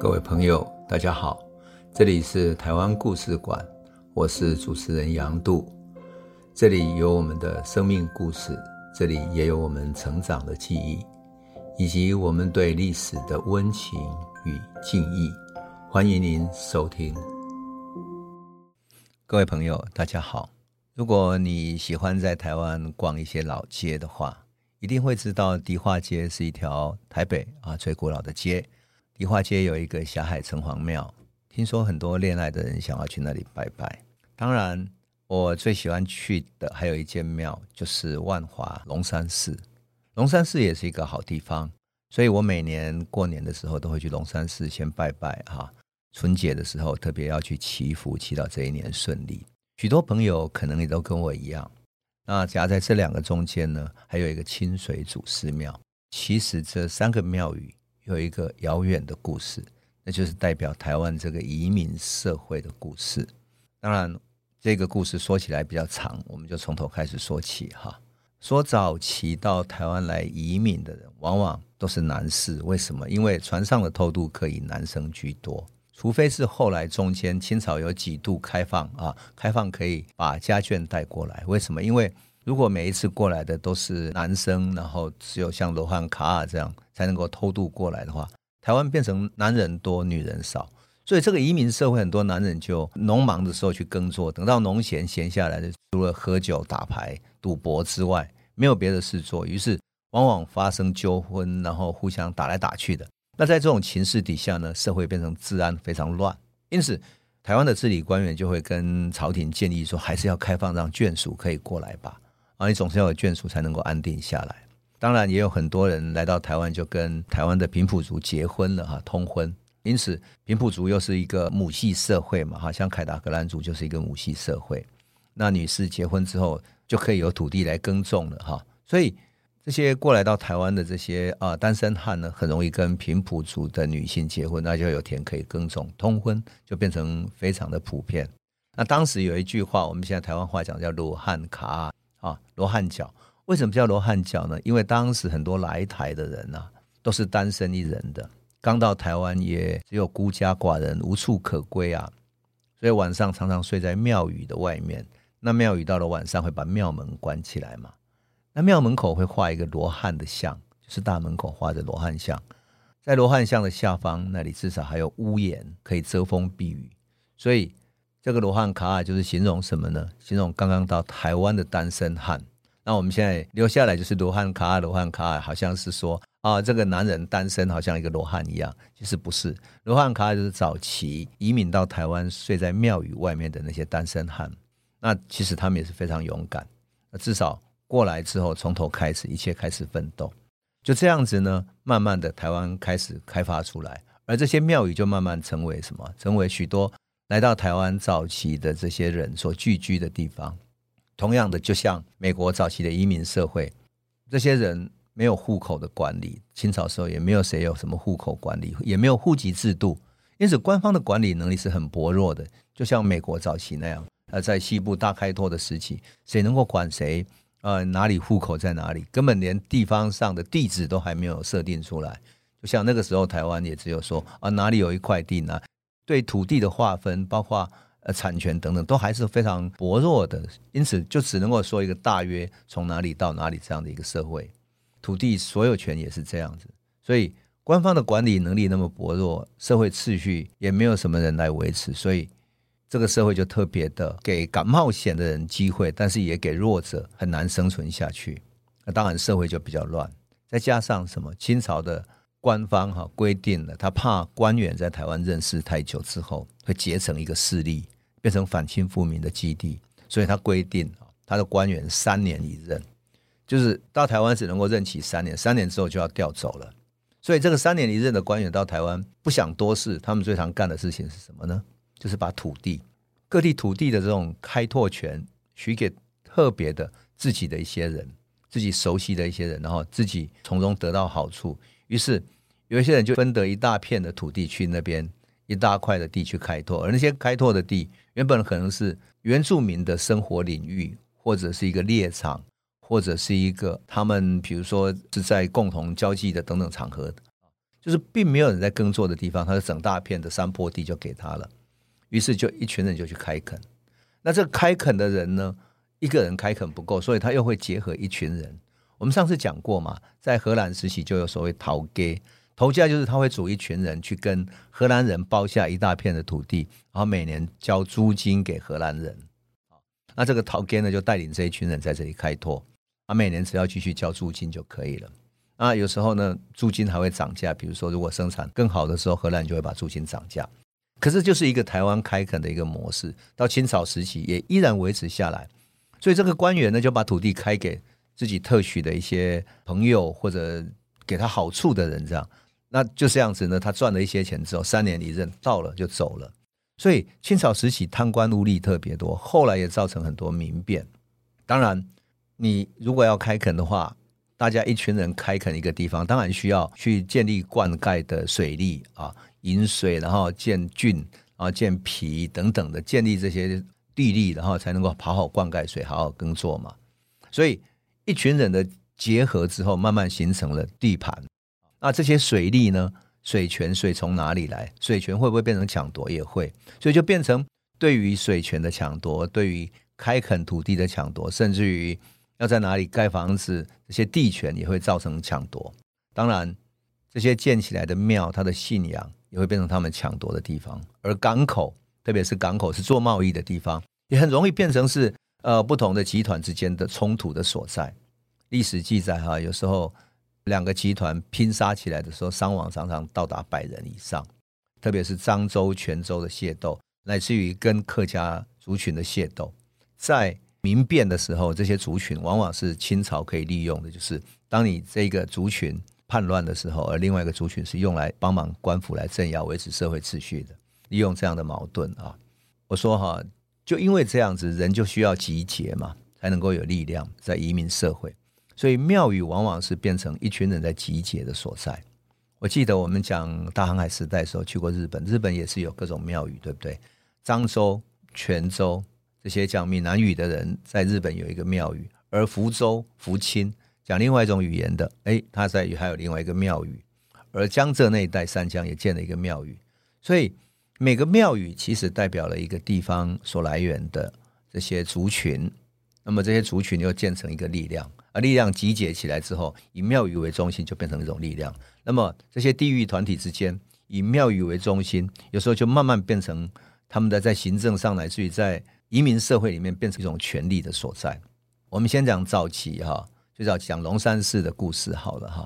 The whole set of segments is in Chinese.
各位朋友大家好，这里是台湾故事馆，我是主持人杨度。这里有我们的生命故事，这里也有我们成长的记忆，以及我们对历史的温情与敬意。欢迎您收听。各位朋友大家好，如果你喜欢在台湾逛一些老街的话，一定会知道迪化街是一条台北最古老的街。迪化街有一个霞海城隍庙，听说很多恋爱的人想要去那里拜拜。当然我最喜欢去的还有一间庙，就是万华龙山寺。龙山寺也是一个好地方，所以我每年过年的时候都会去龙山寺先拜拜春节的时候特别要去祈福，祈祷这一年顺利。许多朋友可能也都跟我一样，那夹在这两个中间呢，还有一个清水祖师庙。其实这三个庙宇有一个遥远的故事，那就是代表台湾这个移民社会的故事。当然这个故事说起来比较长，我们就从头开始说起说早期到台湾来移民的人往往都是男士，为什么？因为船上的偷渡客以男生居多，除非是后来中间清朝有几度开放开放可以把家眷带过来。为什么？因为如果每一次过来的都是男生，然后只有像罗汉卡尔这样才能够偷渡过来的话，台湾变成男人多女人少，所以这个移民社会很多男人就农忙的时候去耕作，等到农闲下来的，除了喝酒打牌赌博之外没有别的事做，于是往往发生纠纷，然后互相打来打去的。那在这种情势底下呢，社会变成治安非常乱，因此台湾的治理官员就会跟朝廷建议说，还是要开放让眷属可以过来吧，你总是要有眷属才能够安定下来。当然也有很多人来到台湾就跟台湾的平埔族结婚了通婚，因此平埔族又是一个母系社会嘛像凯达格兰族就是一个母系社会，那女士结婚之后就可以有土地来耕种了所以这些过来到台湾的这些单身汉呢，很容易跟平埔族的女性结婚，那就有田可以耕种，通婚就变成非常的普遍。那当时有一句话，我们现在台湾话讲叫罗汉卡罗汉脚。为什么叫罗汉脚呢？因为当时很多来台的人都是单身一人的，刚到台湾也只有孤家寡人，无处可归所以晚上常常睡在庙宇的外面。那庙宇到了晚上会把庙门关起来嘛，那庙门口会画一个罗汉的像，就是大门口画着罗汉像，在罗汉像的下方那里至少还有屋檐可以遮风避雨。所以这个罗汉卡尔就是形容什么呢？形容刚刚到台湾的单身汉。那我们现在留下来就是罗汉卡尔好像是说这个男人单身好像一个罗汉一样，其实不是。罗汉卡尔就是早期移民到台湾睡在庙宇外面的那些单身汉，那其实他们也是非常勇敢，至少过来之后从头开始，一切开始奋斗。就这样子呢，慢慢的台湾开始开发出来，而这些庙宇就慢慢成为什么？成为许多来到台湾早期的这些人所聚居的地方。同样的，就像美国早期的移民社会，这些人没有户口的管理，清朝时候也没有谁有什么户口管理，也没有户籍制度，因此官方的管理能力是很薄弱的。就像美国早期那样，在西部大开拓的时期，谁能够管谁哪里户口在哪里，根本连地方上的地址都还没有设定出来。就像那个时候台湾也只有说哪里有一块地呢，对土地的划分包括产权等等都还是非常薄弱的，因此就只能够说一个大约从哪里到哪里这样的一个社会。土地所有权也是这样子，所以官方的管理能力那么薄弱，社会秩序也没有什么人来维持，所以这个社会就特别的给敢冒险的人机会，但是也给弱者很难生存下去。那当然社会就比较乱，再加上什么清朝的官方规定了，他怕官员在台湾认识太久之后会结成一个势力，变成反清复明的基地，所以他规定他的官员3年一任，就是到台湾只能够任期3年，3年之后就要调走了。所以这个3年一任的官员到台湾不想多事，他们最常干的事情是什么呢？就是把各地土地的这种开拓权许给特别的自己的一些人，自己熟悉的一些人，然后自己从中得到好处。于是有一些人就分得一大片的土地去那边一大块的地去开拓，而那些开拓的地原本可能是原住民的生活领域，或者是一个猎场，或者是一个他们比如说是在共同交际的等等场合， 就是并没有人在耕作的地方，他就整大片的山坡地就给他了。于是就一群人就去开垦。那这个开垦的人呢，一个人开垦不够，所以他又会结合一群人。我们上次讲过嘛，在荷兰时期就有所谓头家，头家就是他会组一群人去跟荷兰人包下一大片的土地，然后每年交租金给荷兰人。那这个头家呢，就带领这一群人在这里开拓，每年只要继续交租金就可以了。有时候呢，租金还会涨价，比如说如果生产更好的时候，荷兰就会把租金涨价。可是就是一个台湾开垦的一个模式，到清朝时期也依然维持下来。所以这个官员呢，就把土地开给自己特许的一些朋友或者给他好处的人，这样。那就这样子呢，他赚了一些钱之后，3年一任，到了就走了。所以清朝时期贪官污吏特别多，后来也造成很多民变。当然你如果要开垦的话，大家一群人开垦一个地方，当然需要去建立灌溉的水利引水，然后建浚，然后建皮等等的，建立这些地利，然后才能够好好灌溉水，好好耕作嘛。所以一群人的结合之后，慢慢形成了地盘。那这些水利呢，水权水从哪里来？水权会不会变成抢夺？也会，所以就变成对于水权的抢夺，对于开垦土地的抢夺，甚至于要在哪里盖房子，这些地权也会造成抢夺。当然这些建起来的庙，它的信仰也会变成他们抢夺的地方。而港口，特别是港口是做贸易的地方，也很容易变成是不同的集团之间的冲突的所在。历史记载有时候2个集团拼杀起来的时候，伤亡常常到达100人以上，特别是漳州、泉州的械斗，乃至于跟客家族群的械斗。在民变的时候，这些族群往往是清朝可以利用的，就是当你这个族群叛乱的时候，而另外一个族群是用来帮忙官府来镇压维持社会秩序的，利用这样的矛盾我说就因为这样子，人就需要集结嘛，才能够有力量在移民社会。所以庙宇往往是变成一群人在集结的所在。我记得我们讲大航海时代的时候去过日本，日本也是有各种庙宇，对不对？漳州、泉州这些讲闽南语的人在日本有一个庙宇，而福州、福清讲另外一种语言的，他在还有另外一个庙宇，而江浙那一带三江也建了一个庙宇。所以每个庙宇其实代表了一个地方所来源的这些族群，那么这些族群又建成一个力量，而力量集结起来之后，以庙宇为中心就变成一种力量。那么这些地域团体之间以庙宇为中心，有时候就慢慢变成他们的在行政上乃至于在移民社会里面变成一种权力的所在。我们先讲早期就讲龙山寺的故事好了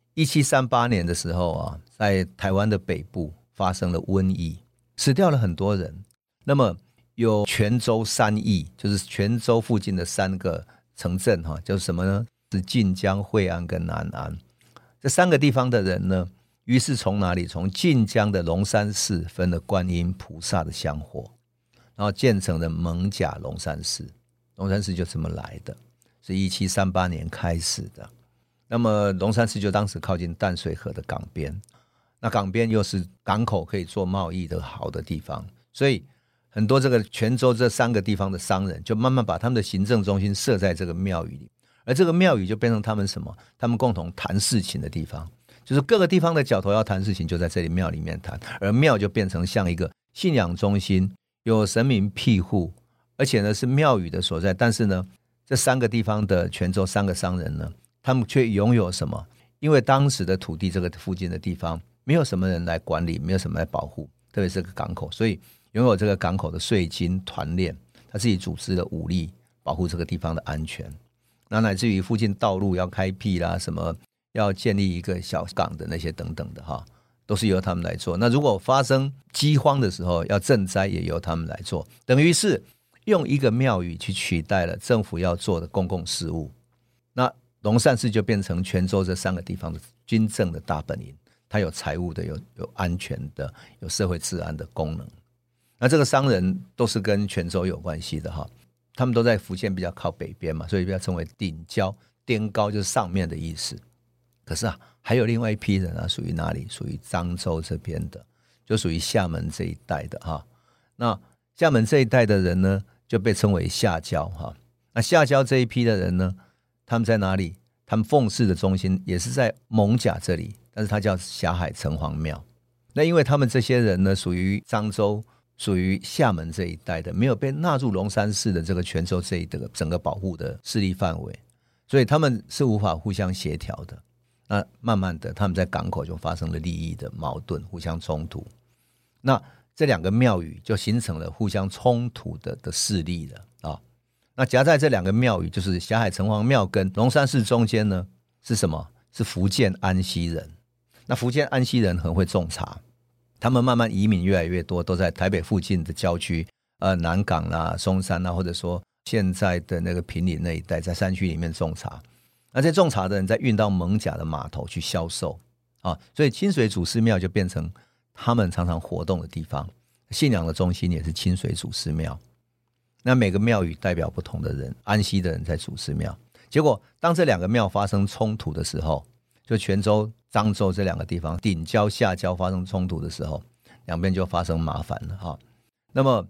1738年的时候在台湾的北部发生了瘟疫，死掉了很多人。那么有泉州3邑，就是泉州附近的3个城镇就是什么呢？是晋江、惠安跟南安。这3个地方的人呢，于是从哪里？从晋江的龙山寺分了观音菩萨的香火，然后建成了艋舺龙山寺。龙山寺就这么来的，是1738年开始的。那么龙山寺就当时靠近淡水河的港边，那港边又是港口可以做贸易的好的地方，所以很多这个泉州这3个地方的商人就慢慢把他们的行政中心设在这个庙宇里，而这个庙宇就变成他们什么？他们共同谈事情的地方，就是各个地方的角头要谈事情就在这里庙里面谈，而庙就变成像一个信仰中心，有神明庇护，而且呢是庙宇的所在。但是呢这3个地方的泉州3个商人呢，他们却拥有什么？因为当时的土地这个附近的地方没有什么人来管理，没有什么来保护，特别是个港口，所以拥有这个港口的税金团练，他自己组织了武力保护这个地方的安全。那乃至于附近道路要开辟啦，什么要建立一个小港的那些等等的都是由他们来做。那如果发生饥荒的时候要赈灾，也由他们来做，等于是用一个庙宇去取代了政府要做的公共事务。那龙山寺就变成泉州这3个地方的军政的大本营，它有财务的，有安全的，有社会治安的功能。那这个商人都是跟泉州有关系的他们都在福建比较靠北边嘛，所以比较称为顶郊，滇高就是上面的意思。可是还有另外一批人属于哪里？属于漳州这边的，就属于厦门这一带的那厦门这一带的人呢，就被称为下郊那下郊这一批的人呢，他们在哪里？ 他们奉祀的中心也是在艋舺这里，但是它叫霞海城隍庙。那因为他们这些人呢，属于漳州、属于厦门这一带的，没有被纳入龙山寺的这个泉州这一个整个保护的势力范围，所以他们是无法互相协调的。那慢慢的，他们在港口就发生了利益的矛盾，互相冲突。那这两个庙宇就形成了互相冲突的势力了啊。那夹在这两个庙宇，就是霞海城隍庙跟龙山寺中间呢，是什么？是福建安溪人。那福建安溪人很会种茶，他们慢慢移民越来越多，都在台北附近的郊区，南港啦、松山啦，或者说现在的那个坪林那一带，在山区里面种茶。那这种茶的人再运到艋舺的码头去销售啊，所以清水祖师庙就变成他们常常活动的地方，信仰的中心也是清水祖师庙。那每个庙宇代表不同的人，安溪的人在祖师庙。结果当这两个庙发生冲突的时候，就泉州、漳州这两个地方顶郊下郊发生冲突的时候，两边就发生麻烦了哈。那么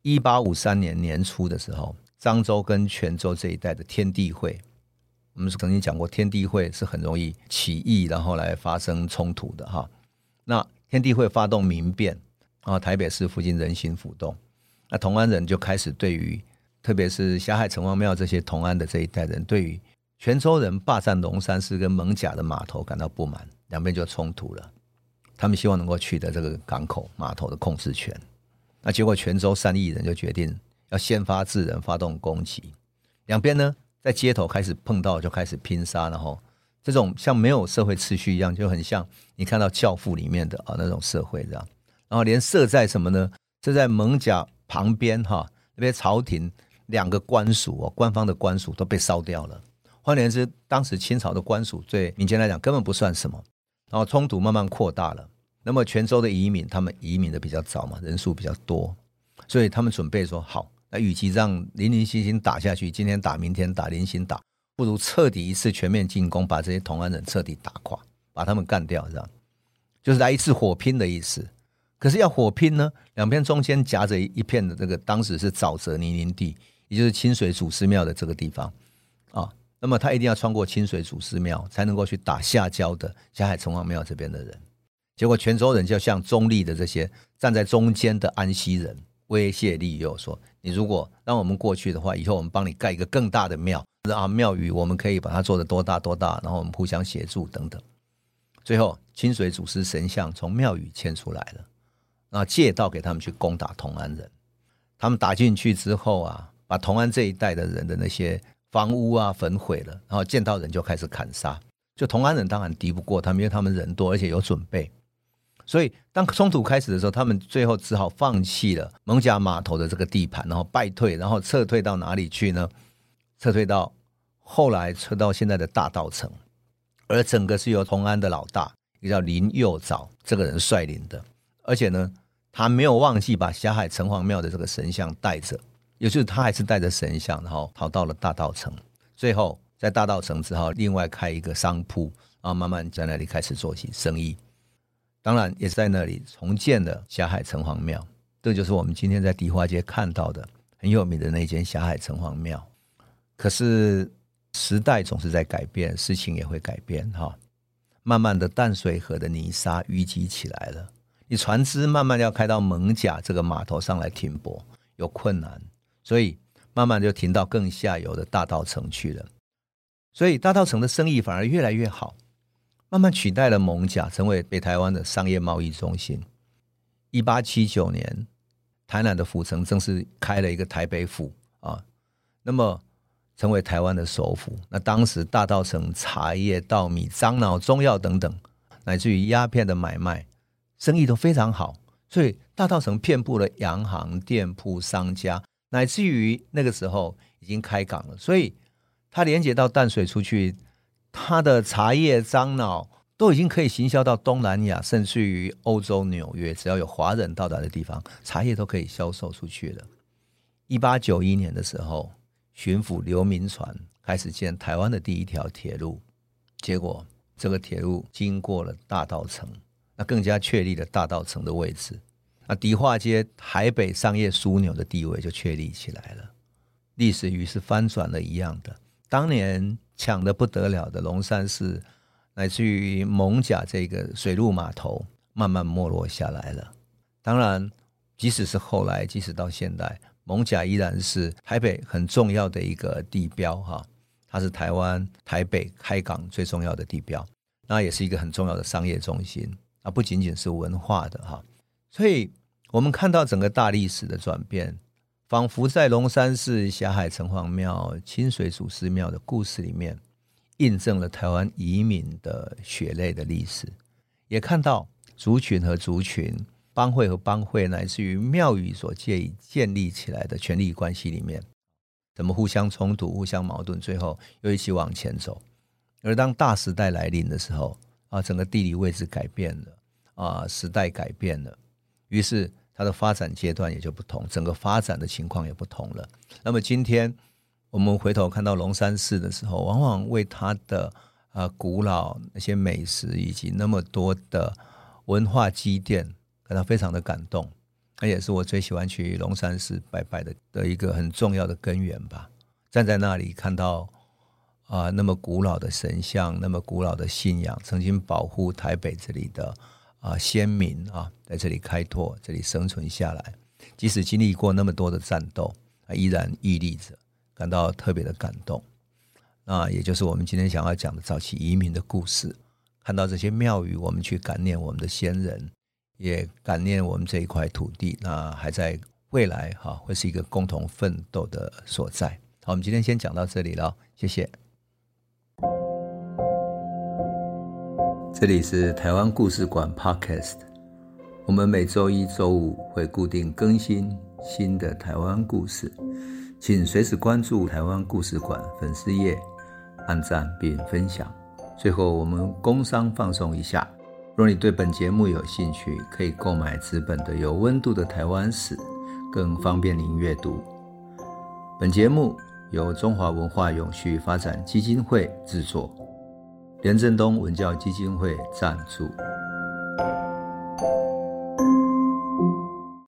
1853年年初的时候，漳州跟泉州这一带的天地会，我们曾经讲过，天地会是很容易起义然后来发生冲突的哈。那天地会发动民变，台北市附近人心浮动，那同安人就开始对于特别是霞海城隍庙这些同安的这一代人，对于泉州人霸占龙山寺跟艋舺的码头感到不满，两边就冲突了。他们希望能够取得这个港口码头的控制权。那结果泉州3亿人就决定要先发制人，发动攻击。两边呢在街头开始碰到，就开始拼杀，然后这种像没有社会秩序一样，就很像你看到教父里面的那种社会这样。然后连设在什么呢？设在艋舺旁边那边朝廷2个官署官方的官署都被烧掉了。换言之，当时清朝的官署对民间来讲根本不算什么，然后冲突慢慢扩大了。那么泉州的移民，他们移民的比较早嘛，人数比较多，所以他们准备说好，那与其让零零星星打下去，今天打明天打零星打，不如彻底一次全面进攻，把这些同安人彻底打垮，把他们干掉，这样就是来一次火拼的意思。可是要火拼呢，两边中间夹着一片的这个当时是沼泽泥泞地，也就是清水祖师庙的这个地方那么他一定要穿过清水祖师庙才能够去打下郊的霞海城隍庙这边的人。结果泉州人就像中立的这些站在中间的安溪人威胁利诱，说你如果让我们过去的话，以后我们帮你盖一个更大的庙，庙宇我们可以把它做得多大多大，然后我们互相协助等等。最后清水祖师神像从庙宇迁出来了，然后借道给他们去攻打同安人。他们打进去之后把同安这一带的人的那些房屋焚毁了，然后见到人就开始砍杀。就同安人当然敌不过他们，因为他们人多而且有准备，所以当冲突开始的时候，他们最后只好放弃了艋舺码头的这个地盘，然后败退，然后撤退到哪里去呢？撤退到后来撤到现在的大稻埕，而整个是由同安的老大一个叫林右藻这个人率领的，而且呢他没有忘记把霞海城隍庙的这个神像带着，也就是他还是带着神像，然后逃到了大稻埕。最后在大稻埕只好另外开一个商铺，然后慢慢在那里开始做起生意。当然也是在那里重建了霞海城隍庙，这就是我们今天在迪化街看到的很有名的那间霞海城隍庙。可是时代总是在改变，事情也会改变慢慢的淡水河的泥沙淤积起来了，你船只慢慢要开到艋舺这个码头上来停泊有困难，所以慢慢就停到更下游的大稻埕去了。所以大稻埕的生意反而越来越好，慢慢取代了艋舺，成为北台湾的商业贸易中心。1879年台南的府城正式开了一个台北府那么成为台湾的首府。那当时大稻埕茶叶、稻米、樟脑、中药等等，乃至于鸦片的买卖生意都非常好，所以大稻埕遍布了洋行、店铺、商家，乃至于那个时候已经开港了，所以它连接到淡水出去，它的茶叶、樟脑都已经可以行销到东南亚，甚至于欧洲纽约，只要有华人到达的地方，茶叶都可以销售出去了。1891年的时候，巡抚刘铭传开始建台湾的第一条铁路，结果这个铁路经过了大稻埕，那更加确立了大稻埕的位置，那迪化街台北商业枢纽的地位就确立起来了。历史于是翻转了一样的，当年抢得不得了的龙山寺，乃至于艋舺这个水陆码头慢慢没落下来了。当然即使是后来，即使到现代，艋舺依然是台北很重要的一个地标，它是台湾台北开港最重要的地标，那也是一个很重要的商业中心，不仅仅是文化的。所以我们看到整个大历史的转变，仿佛在龙山寺、霞海城隍庙、清水祖师庙的故事里面，印证了台湾移民的血泪的历史，也看到族群和族群、帮会和帮会，乃至于庙宇所建立起来的权力关系里面，怎么互相冲突、互相矛盾，最后又一起往前走。而当大时代来临的时候，整个地理位置改变了，时代改变了，于是它的发展阶段也就不同，整个发展的情况也不同了。那么今天我们回头看到龙山寺的时候，往往为它的古老那些美食以及那么多的文化积淀感到非常的感动，那也是我最喜欢去龙山寺拜拜的一个很重要的根源吧。站在那里看到那么古老的神像，那么古老的信仰，曾经保护台北这里的先民在这里开拓，这里生存下来，即使经历过那么多的战斗，依然屹立着，感到特别的感动。那也就是我们今天想要讲的早期移民的故事。看到这些庙宇，我们去感念我们的先人，也感念我们这一块土地，那还在未来会是一个共同奋斗的所在。好，我们今天先讲到这里了，谢谢。这里是台湾故事馆 Podcast， 我们每周一、周五会固定更新新的台湾故事，请随时关注台湾故事馆粉丝页，按赞并分享。最后我们工商放送一下，若你对本节目有兴趣，可以购买纸本的有温度的台湾史，更方便您阅读。本节目由中华文化永续发展基金会制作，连震东文教基金会赞助。